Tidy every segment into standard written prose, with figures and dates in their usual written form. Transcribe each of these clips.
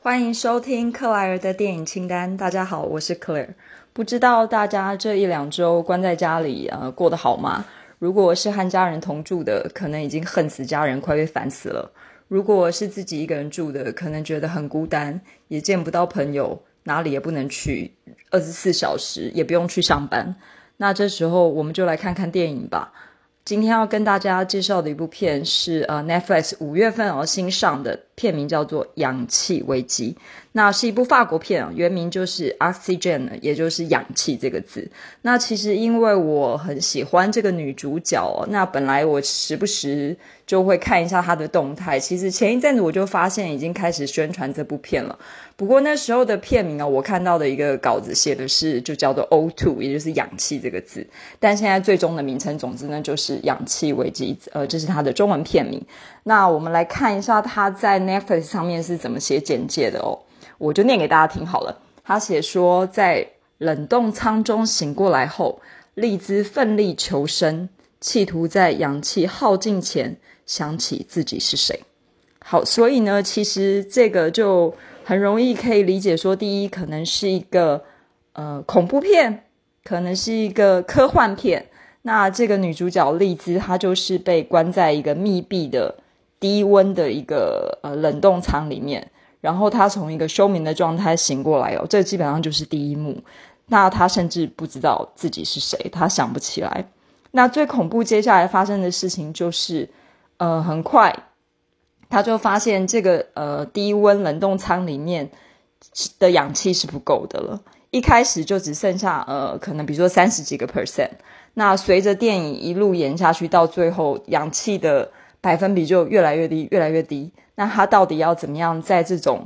欢迎收听克莱尔的电影清单。大家好，我是 Claire。不知道大家这一两周关在家里过得好吗？如果是和家人同住的，可能已经恨死家人，快被烦死了。如果是自己一个人住的，可能觉得很孤单，也见不到朋友，哪里也不能去，24小时也不用去上班。那这时候我们就来看看电影吧。今天要跟大家介绍的一部片是Netflix 5月份新上的片名叫做《氧气危机》。那是一部法国片原名就是 Oxygen， 也就是氧气这个字。那其实因为我很喜欢这个女主角那本来我时不时就会看一下她的动态，其实前一阵子我就发现已经开始宣传这部片了。不过那时候的片名我看到的一个稿子写的是就叫做 O2， 也就是氧气这个字，但现在最终的名称总之呢就是氧气危机，这是它的中文片名。那我们来看一下它在 Netflix 上面是怎么写简介的我就念给大家听好了。他写说，在冷冻舱中醒过来后，丽兹奋力求生，企图在氧气耗尽前想起自己是谁。好，所以呢其实这个就很容易可以理解说，第一可能是一个恐怖片，可能是一个科幻片。那这个女主角丽兹她就是被关在一个密闭的低温的一个冷冻舱里面，然后她从一个休眠的状态醒过来这基本上就是第一幕。那她甚至不知道自己是谁，她想不起来。那最恐怖接下来发生的事情就是很快她就发现这个低温冷冻舱里面的氧气是不够的了。一开始就只剩下可能比如说30几个%，那随着电影一路演下去，到最后氧气的百分比就越来越低越来越低。那他到底要怎么样在这种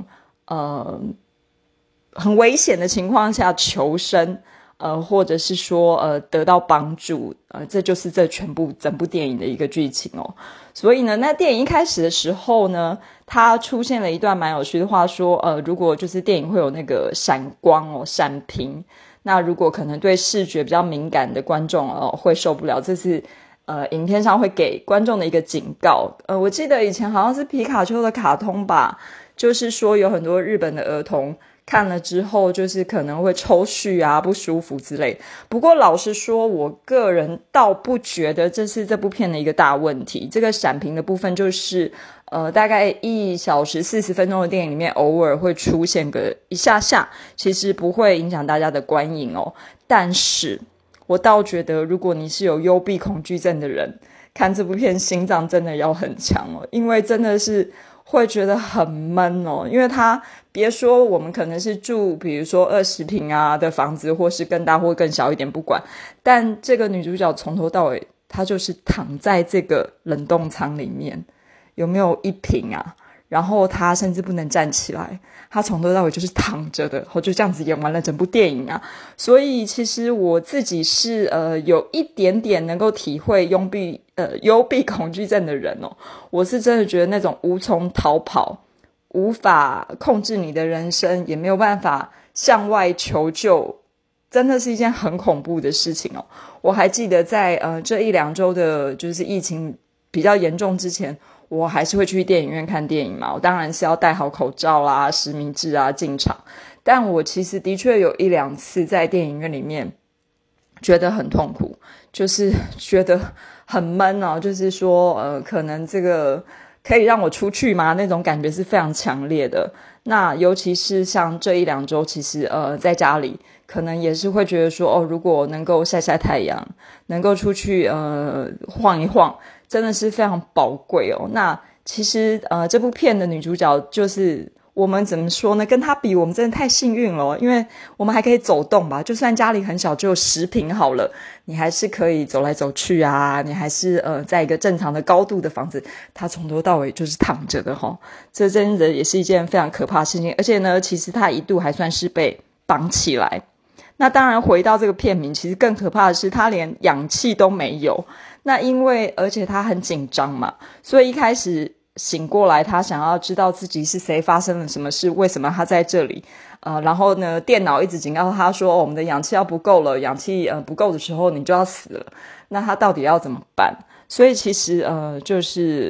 很危险的情况下求生或者是说得到帮助这就是整部电影的一个剧情所以呢，那电影一开始的时候呢，它出现了一段蛮有趣的话说如果就是电影会有那个闪光闪屏，那如果可能对视觉比较敏感的观众会受不了，这是影片上会给观众的一个警告。我记得以前好像是皮卡丘的卡通吧，就是说有很多日本的儿童看了之后就是可能会抽搐不舒服之类。不过老实说，我个人倒不觉得这是这部片的一个大问题。这个闪屏的部分就是大概1小时40分钟的电影里面偶尔会出现个一下下，其实不会影响大家的观影但是我倒觉得如果你是有幽闭恐惧症的人，看这部片心脏真的要很强因为真的是会觉得很闷因为它别说我们可能是住比如说20平的房子，或是更大或更小一点不管，但这个女主角从头到尾她就是躺在这个冷冻舱里面，有没有1平然后她甚至不能站起来，她从头到尾就是躺着的，就这样子演完了整部电影所以其实我自己是有一点点能够体会幽闭恐惧症的人我是真的觉得那种无从逃跑，无法控制你的人生，也没有办法向外求救，真的是一件很恐怖的事情我还记得在这1、2周的就是疫情比较严重之前，我还是会去电影院看电影嘛，我当然是要戴好口罩啦、实名制进场。但我其实的确有1、2次在电影院里面觉得很痛苦，就是觉得很闷就是说可能这个可以让我出去吗？那种感觉是非常强烈的。那尤其是像这1、2周，其实在家里可能也是会觉得说如果能够晒晒太阳，能够出去晃一晃，真的是非常宝贵那其实这部片的女主角就是我们怎么说呢，跟她比我们真的太幸运了因为我们还可以走动吧，就算家里很小只有10平好了，你还是可以走来走去你还是在一个正常的高度的房子，她从头到尾就是躺着的这真的也是一件非常可怕的事情。而且呢其实她一度还算是被绑起来。那当然回到这个片名，其实更可怕的是她连氧气都没有。那因为而且她很紧张嘛，所以一开始醒过来，她想要知道自己是谁，发生了什么事，为什么她在这里然后呢电脑一直警告她说我们的氧气要不够了，氧气不够的时候你就要死了。那她到底要怎么办？所以其实就是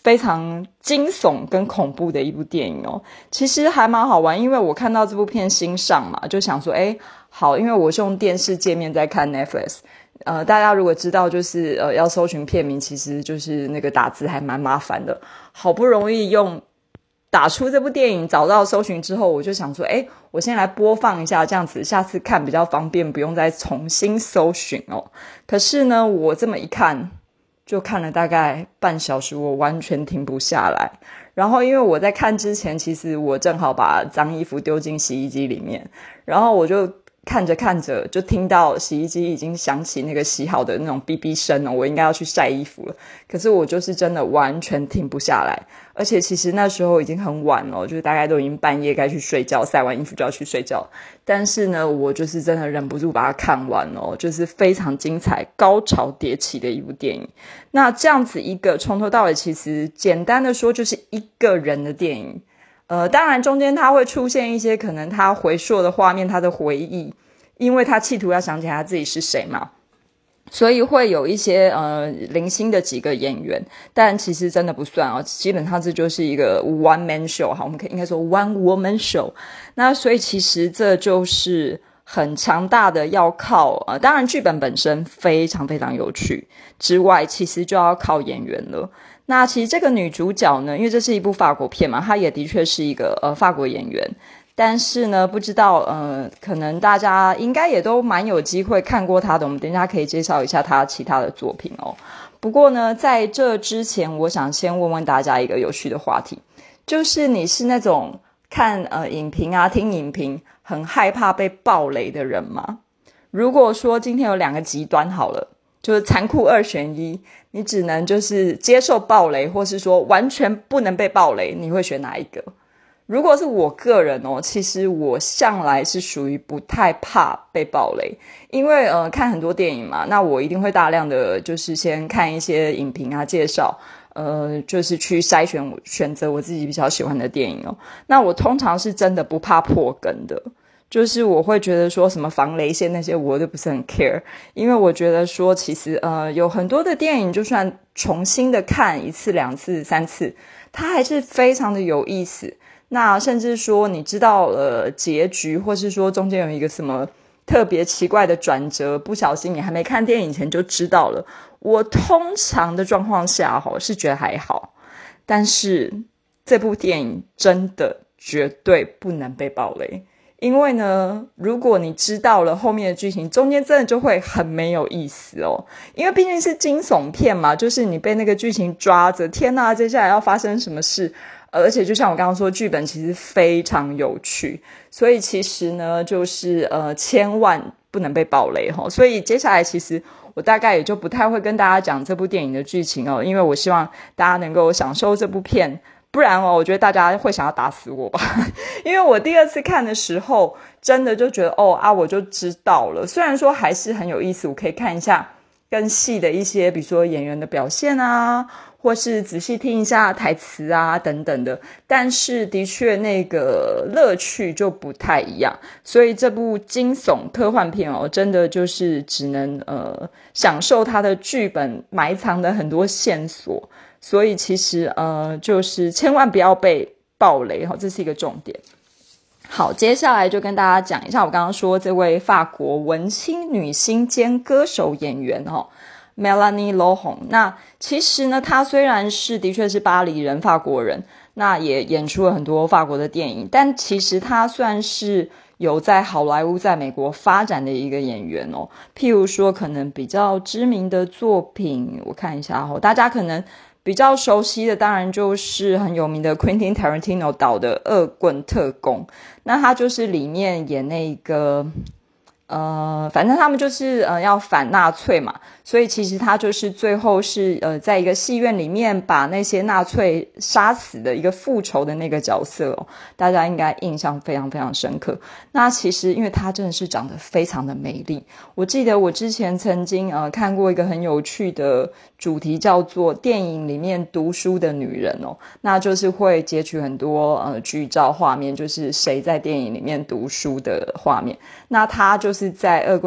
非常惊悚跟恐怖的一部电影哦。其实还蛮好玩，因为我看到这部片新上嘛，就想说好，因为我是用电视界面在看 Netflix，大家如果知道就是要搜寻片名，其实就是那个打字还蛮麻烦的。好不容易打出这部电影找到搜寻之后，我就想说我先来播放一下，这样子下次看比较方便，不用再重新搜寻哦。可是呢，我这么一看就看了大概半小时，我完全停不下来。然后因为我在看之前，其实我正好把脏衣服丢进洗衣机里面，然后我就看着看着就听到洗衣机已经响起那个洗好的那种哔哔声了，我应该要去晒衣服了。可是我就是真的完全停不下来，而且其实那时候已经很晚了，就是大概都已经半夜该去睡觉，晒完衣服就要去睡觉。但是呢，我就是真的忍不住把它看完了，就是非常精彩、高潮迭起的一部电影。那这样子一个从头到尾，其实简单的说就是一个人的电影。当然中间他会出现一些可能他回溯的画面，他的回忆，因为他企图要想起来他自己是谁嘛，所以会有一些零星的几个演员，但其实真的不算哦，基本上这就是一个 one man show， 好，我们应该说 one woman show。那所以其实这就是很强大的要靠当然剧本本身非常非常有趣之外，其实就要靠演员了。那其实这个女主角呢，因为这是一部法国片嘛，她也的确是一个法国演员，但是呢不知道可能大家应该也都蛮有机会看过她的，我们等一下可以介绍一下她其他的作品哦。不过呢在这之前，我想先问问大家一个有趣的话题，就是你是那种看影评啊听影评很害怕被爆雷的人吗？如果说今天有两个极端好了，就是残酷二选一，你只能就是接受爆雷，或是说完全不能被爆雷，你会选哪一个？如果是我个人其实我向来是属于不太怕被爆雷，因为看很多电影嘛，那我一定会大量的就是先看一些影评啊介绍，就是去选择我自己比较喜欢的电影哦。那我通常是真的不怕破梗的，就是我会觉得说什么防雷线那些我都不是很 care， 因为我觉得说其实有很多的电影就算重新的看一次两次三次，它还是非常的有意思。那甚至说你知道结局，或是说中间有一个什么特别奇怪的转折，不小心你还没看电影前就知道了，我通常的状况下是觉得还好。但是这部电影真的绝对不能被爆雷，因为呢如果你知道了后面的剧情，中间真的就会很没有意思哦。因为毕竟是惊悚片嘛，就是你被那个剧情抓着，天哪，接下来要发生什么事，而且就像我刚刚说，剧本其实非常有趣，所以其实呢就是千万不能被爆雷齁。所以接下来其实我大概也就不太会跟大家讲这部电影的剧情哦，因为我希望大家能够享受这部片，不然我觉得大家会想要打死我吧。因为我第二次看的时候真的就觉得我就知道了，虽然说还是很有意思，我可以看一下更细的一些比如说演员的表现啊，或是仔细听一下台词啊等等的，但是的确那个乐趣就不太一样。所以这部惊悚科幻片真的就是只能享受它的剧本埋藏的很多线索，所以其实就是千万不要被爆雷这是一个重点。好，接下来就跟大家讲一下我刚刚说这位法国文青女星兼歌手演员Mélanie Laurent。 那其实呢她虽然是的确是巴黎人，法国人，那也演出了很多法国的电影，但其实她算是有在好莱坞在美国发展的一个演员譬如说可能比较知名的作品，我看一下大家可能比较熟悉的当然就是很有名的 Quentin Tarantino 导的恶棍特工，那他就是里面演那个反正他们就是要反纳粹嘛，所以其实他就是最后是在一个戏院里面把那些纳粹杀死的一个复仇的那个角色大家应该印象非常非常深刻。那其实因为他真的是长得非常的美丽，我记得我之前曾经看过一个很有趣的主题，叫做电影里面读书的女人那就是会截取很多剧照画面，就是谁在电影里面读书的画面。那他就是在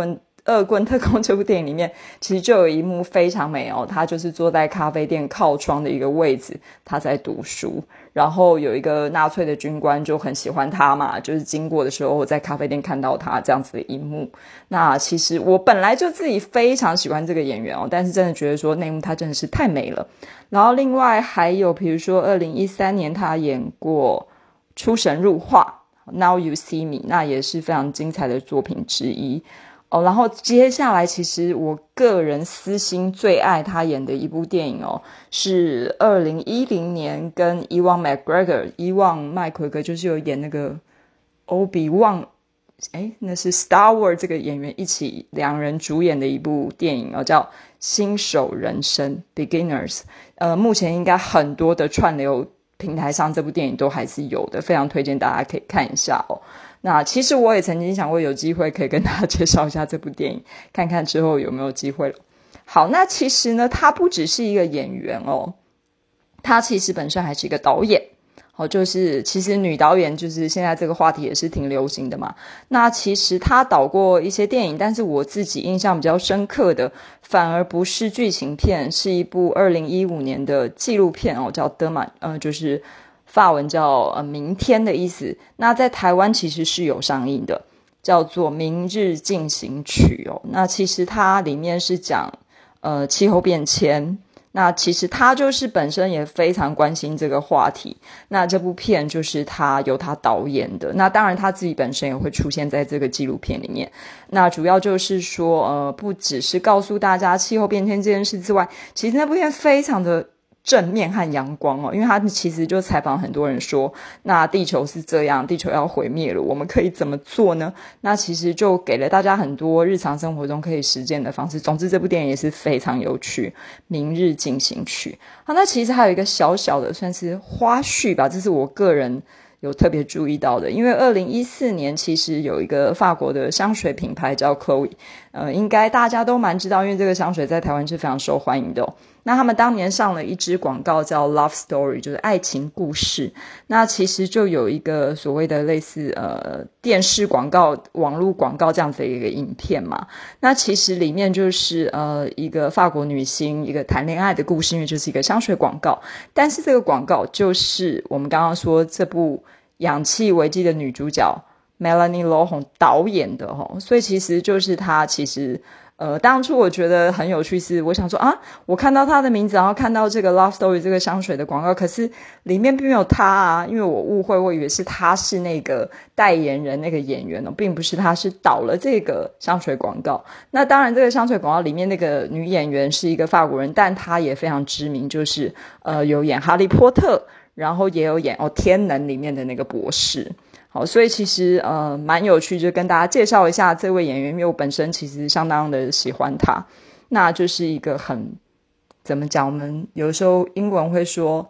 恶棍特工这部电影里面其实就有一幕非常美哦，他就是坐在咖啡店靠窗的一个位置，他在读书，然后有一个纳粹的军官就很喜欢他嘛，就是经过的时候在咖啡店看到他这样子的一幕。那其实我本来就自己非常喜欢这个演员哦，但是真的觉得说那一幕他真的是太美了。然后另外还有比如说2013年他演过出神入化 Now You See Me， 那也是非常精彩的作品之一哦。然后接下来其实我个人私心最爱他演的一部电影哦，是2010年跟伊旺麦奎格就是有演那个欧比旺，那是 Star Wars 这个演员一起两人主演的一部电影哦，叫新手人生 Beginners。目前应该很多的串流平台上这部电影都还是有的，非常推荐大家可以看一下哦。那其实我也曾经想过有机会可以跟大家介绍一下这部电影，看看之后有没有机会了。好，那其实呢他不只是一个演员哦，他其实本身还是一个导演。好，就是其实女导演就是现在这个话题也是挺流行的嘛。那其实她导过一些电影，但是我自己印象比较深刻的反而不是剧情片，是一部2015年的纪录片哦，叫德曼，就是法文叫明天的意思。那在台湾其实是有上映的，叫做《明日进行曲》哦。那其实它里面是讲气候变迁。那其实他就是本身也非常关心这个话题，那这部片就是由他导演的，那当然他自己本身也会出现在这个纪录片里面。那主要就是说不只是告诉大家气候变迁这件事之外，其实那部片非常的正面和阳光哦，因为他其实就采访很多人说，那地球是这样，地球要毁灭了，我们可以怎么做呢？那其实就给了大家很多日常生活中可以实践的方式。总之这部电影也是非常有趣，明日进行曲。好，那其实还有一个小小的算是花絮吧，这是我个人有特别注意到的，因为2014年其实有一个法国的香水品牌叫 Chloe，应该大家都蛮知道，因为这个香水在台湾是非常受欢迎的哦。那他们当年上了一支广告叫 Love Story， 就是爱情故事。那其实就有一个所谓的类似电视广告、网络广告这样子的一个影片嘛。那其实里面就是一个法国女星一个谈恋爱的故事，因为就是一个香水广告。但是这个广告就是我们刚刚说这部氧气危机的女主角 Melanie Laurent 导演的哦，所以其实就是她其实当初我觉得很有趣是我想说我看到她的名字，然后看到这个 Love Story 这个香水的广告，可是里面并没有她啊，因为我误会，我以为是她是那个代言人那个演员哦，并不是她是导了这个香水广告。那当然这个香水广告里面那个女演员是一个法国人，但她也非常知名，就是有演哈利波特，然后也有演天能里面的那个博士。好，所以其实蛮有趣，就跟大家介绍一下这位演员，因为我本身其实相当的喜欢他。那就是一个很怎么讲，我们有时候英文会说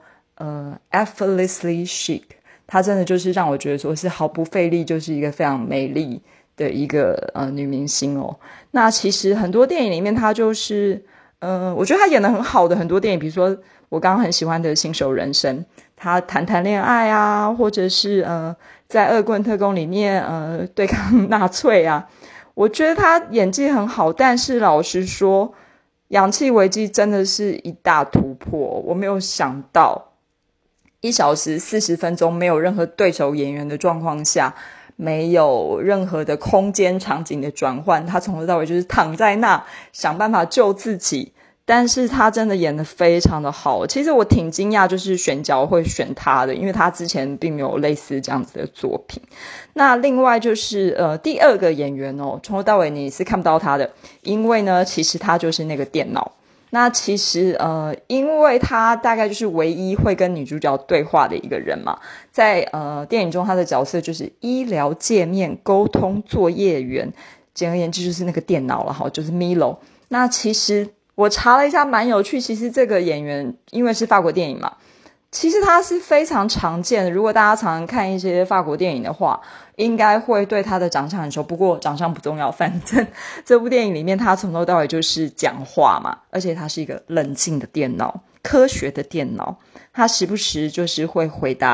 effortlessly chic， 她真的就是让我觉得说是毫不费力，就是一个非常美丽的一个女明星哦。那其实很多电影里面她就是我觉得她演得很好的很多电影，比如说我刚刚很喜欢的新手人生，她谈恋爱啊，或者是在恶棍特工里面对抗纳粹啊，我觉得她演技很好。但是老实说氧气危机真的是一大突破，我没有想到1小时40分钟没有任何对手演员的状况下，没有任何的空间场景的转换，他从头到尾就是躺在那想办法救自己，但是他真的演得非常的好。其实我挺惊讶就是选角会选他的，因为他之前并没有类似这样子的作品。那另外就是第二个演员哦，从头到尾你是看不到他的，因为呢其实他就是那个电脑。那其实因为他大概就是唯一会跟女主角对话的一个人嘛，在电影中他的角色就是医疗界面沟通作业员，简而言之就是那个电脑了哈，就是 Milo。 那其实我查了一下蛮有趣，其实这个演员因为是法国电影嘛，其实他是非常常见的，如果大家常常看一些法国电影的话，应该会对他的长相很熟。不过长相不重要，反正这部电影里面他从头到尾就是讲话嘛，而且他是一个冷静的电脑，科学的电脑，他时不时就是会回答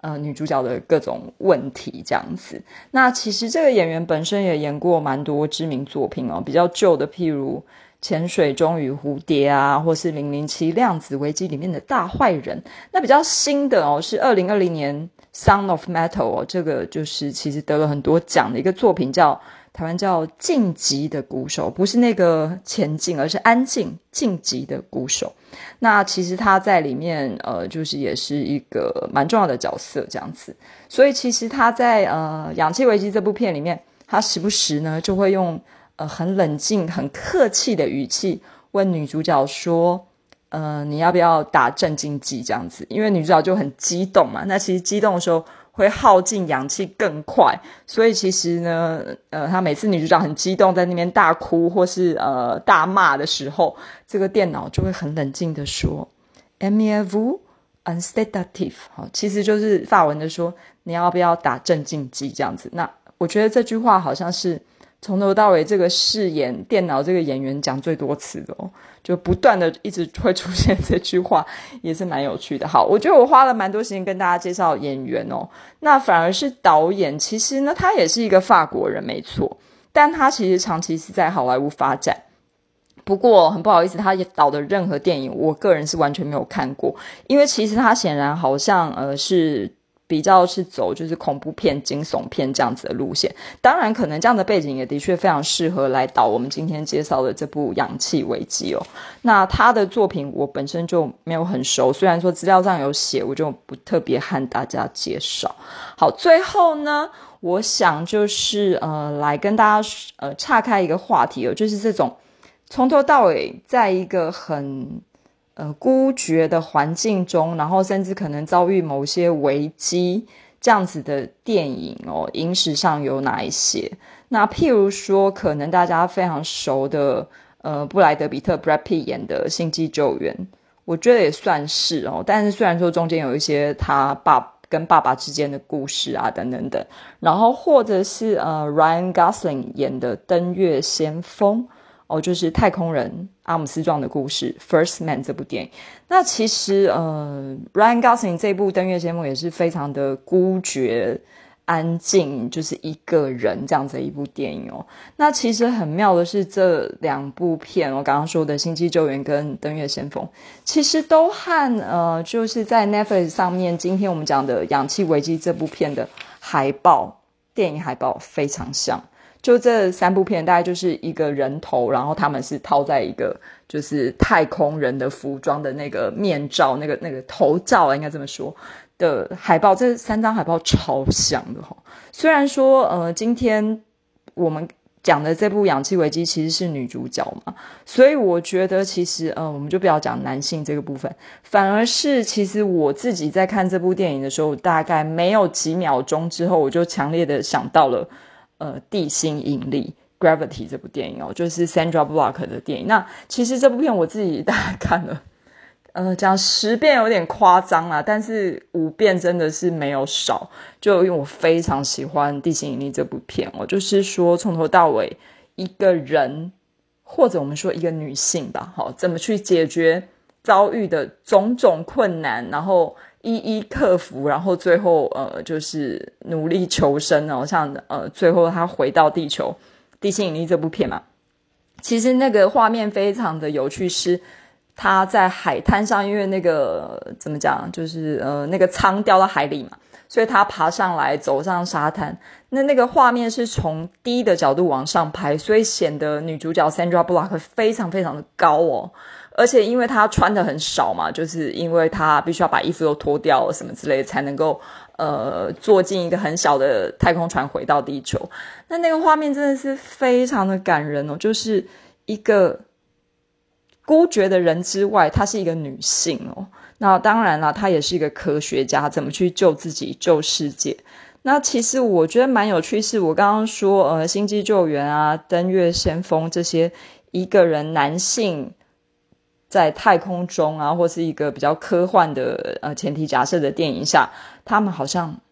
女主角的各种问题这样子。那其实这个演员本身也演过蛮多知名作品比较旧的譬如潜水钟与蝴蝶啊，或是007量子危机里面的大坏人。那比较新的是2020年 Sound of Metal 这个就是其实得了很多奖的一个作品，台湾叫晋级的鼓手，不是那个前进，而是安静晋级的鼓手。那其实他在里面就是也是一个蛮重要的角色这样子。所以其实他在氧气危机这部片里面，他时不时呢就会用很冷静很客气的语气问女主角说你要不要打镇静剂这样子。因为女主角就很激动嘛，那其实激动的时候会耗尽氧气更快，所以其实呢她每次女主角很激动在那边大哭或是大骂的时候，这个电脑就会很冷静的说 Aimez-vous un sédatif， 其实就是法文的说你要不要打镇静剂这样子。那我觉得这句话好像是从头到尾这个饰演电脑这个演员讲最多次的就不断的一直会出现这句话，也是蛮有趣的。好，我觉得我花了蛮多时间跟大家介绍演员那反而是导演，其实呢他也是一个法国人没错，但他其实长期是在好莱坞发展。不过很不好意思，他也导的任何电影我个人是完全没有看过，因为其实他显然好像是比较是走就是恐怖片惊悚片这样子的路线。当然可能这样的背景也的确非常适合来导我们今天介绍的这部氧气危机那他的作品我本身就没有很熟，虽然说资料上有写，我就不特别和大家介绍。好，最后呢我想就是来跟大家岔开一个话题就是这种从头到尾在一个很孤绝的环境中，然后甚至可能遭遇某些危机这样子的电影影史上有哪一些？那譬如说可能大家非常熟的布莱德比特 Brad Pitt 演的星际救援，我觉得也算是但是虽然说中间有一些他跟爸爸之间的故事啊等等等，然后或者是Ryan Gosling 演的登月先锋就是太空人阿姆斯壮的故事 First Man 这部电影。那其实Ryan Gosling 这部登月先锋也是非常的孤绝安静，就是一个人这样子的一部电影那其实很妙的是这两部片我刚刚说的星际救援跟登月先锋其实都和就是在 Netflix 上面今天我们讲的氧气危机这部片的电影海报非常像。就这三部片大概就是一个人头，然后他们是套在一个就是太空人的服装的那个面罩，那个头罩应该这么说的海报，这三张海报超像的虽然说今天我们讲的这部氧气危机其实是女主角嘛，所以我觉得其实我们就不要讲男性这个部分，反而是其实我自己在看这部电影的时候，大概没有几秒钟之后我就强烈的想到了地心引力 Gravity 这部电影就是 Sandra Bullock 的电影。那其实这部片我自己大概看了讲10遍有点夸张啦，但是5遍真的是没有少，就因为我非常喜欢地心引力这部片就是说从头到尾一个人或者我们说一个女性吧怎么去解决遭遇的种种困难，然后一一克服，然后最后就是努力求生像最后他回到地球地心引力这部片嘛，其实那个画面非常的有趣，是他在海滩上，因为那个怎么讲就是那个舱掉到海里嘛，所以他爬上来走上沙滩，那个画面是从低的角度往上拍，所以显得女主角 Sandra Bullock 非常非常的高而且因为她穿的很少嘛，就是因为她必须要把衣服都脱掉什么之类的才能够坐进一个很小的太空船回到地球。那个画面真的是非常的感人就是一个孤绝的人之外，她是一个女性那当然啦，她也是一个科学家，怎么去救自己救世界。那其实我觉得蛮有趣，是我刚刚说星际救援啊登月先锋这些一个人男性在太空中啊，或是一个比较科幻的前提假设的电影下，他们好像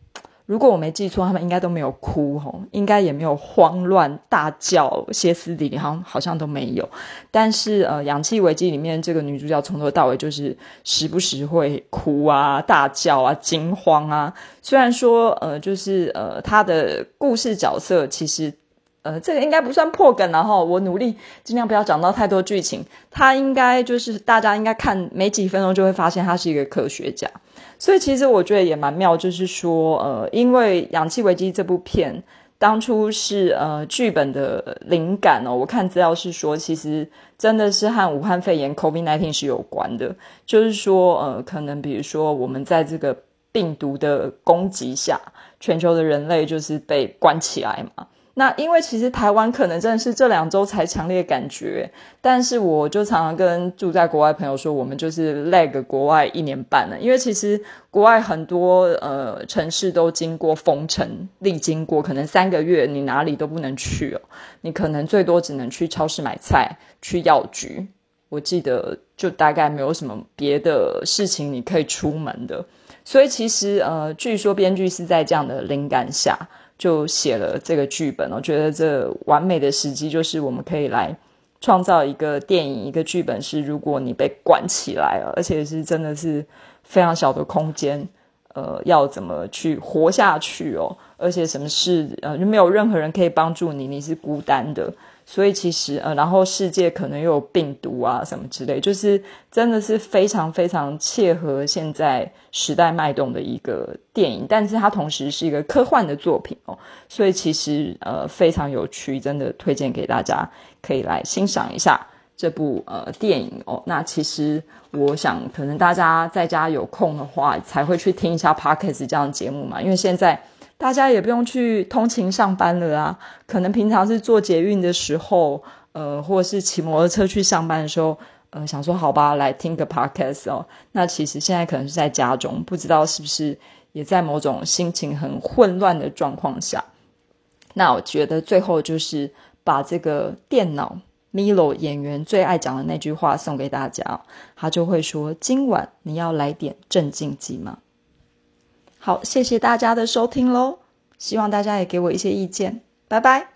如果我没记错，他们应该都没有哭应该也没有慌乱大叫歇斯底里，好像都没有。但是氧气危机里面这个女主角从头到尾就是时不时会哭啊大叫啊惊慌啊。虽然说就是她的故事角色其实这个应该不算破梗，然后我努力尽量不要讲到太多剧情。他应该就是大家应该看没几分钟就会发现他是一个科学家，所以其实我觉得也蛮妙，就是说因为氧气危机这部片当初是剧本的灵感我看资料是说其实真的是和武汉肺炎 COVID-19 是有关的，就是说可能比如说我们在这个病毒的攻击下，全球的人类就是被关起来嘛。那因为其实台湾可能真的是这2周才强烈感觉，但是我就常常跟住在国外朋友说，我们就是 lag 国外1年半了，因为其实国外很多城市都经过封城，历经过可能3个月你哪里都不能去你可能最多只能去超市买菜，去药局，我记得就大概没有什么别的事情你可以出门的。所以其实据说编剧是在这样的灵感下就写了这个剧本。我觉得这完美的时机就是我们可以来创造一个电影一个剧本，是如果你被关起来了，而且是真的是非常小的空间要怎么去活下去而且什么事就没有任何人可以帮助你，你是孤单的。所以其实然后世界可能又有病毒啊什么之类，就是真的是非常非常切合现在时代脉动的一个电影，但是它同时是一个科幻的作品所以其实非常有趣，真的推荐给大家可以来欣赏一下这部电影那其实我想可能大家在家有空的话才会去听一下 Podcast 这样的节目嘛，因为现在大家也不用去通勤上班了啊，可能平常是坐捷运的时候或者是骑摩托车去上班的时候想说好吧来听个 podcast 那其实现在可能是在家中，不知道是不是也在某种心情很混乱的状况下。那我觉得最后就是把这个电脑 Milo 演员最爱讲的那句话送给大家他就会说今晚你要来点镇静剂吗？好，谢谢大家的收听咯，希望大家也给我一些意见，拜拜。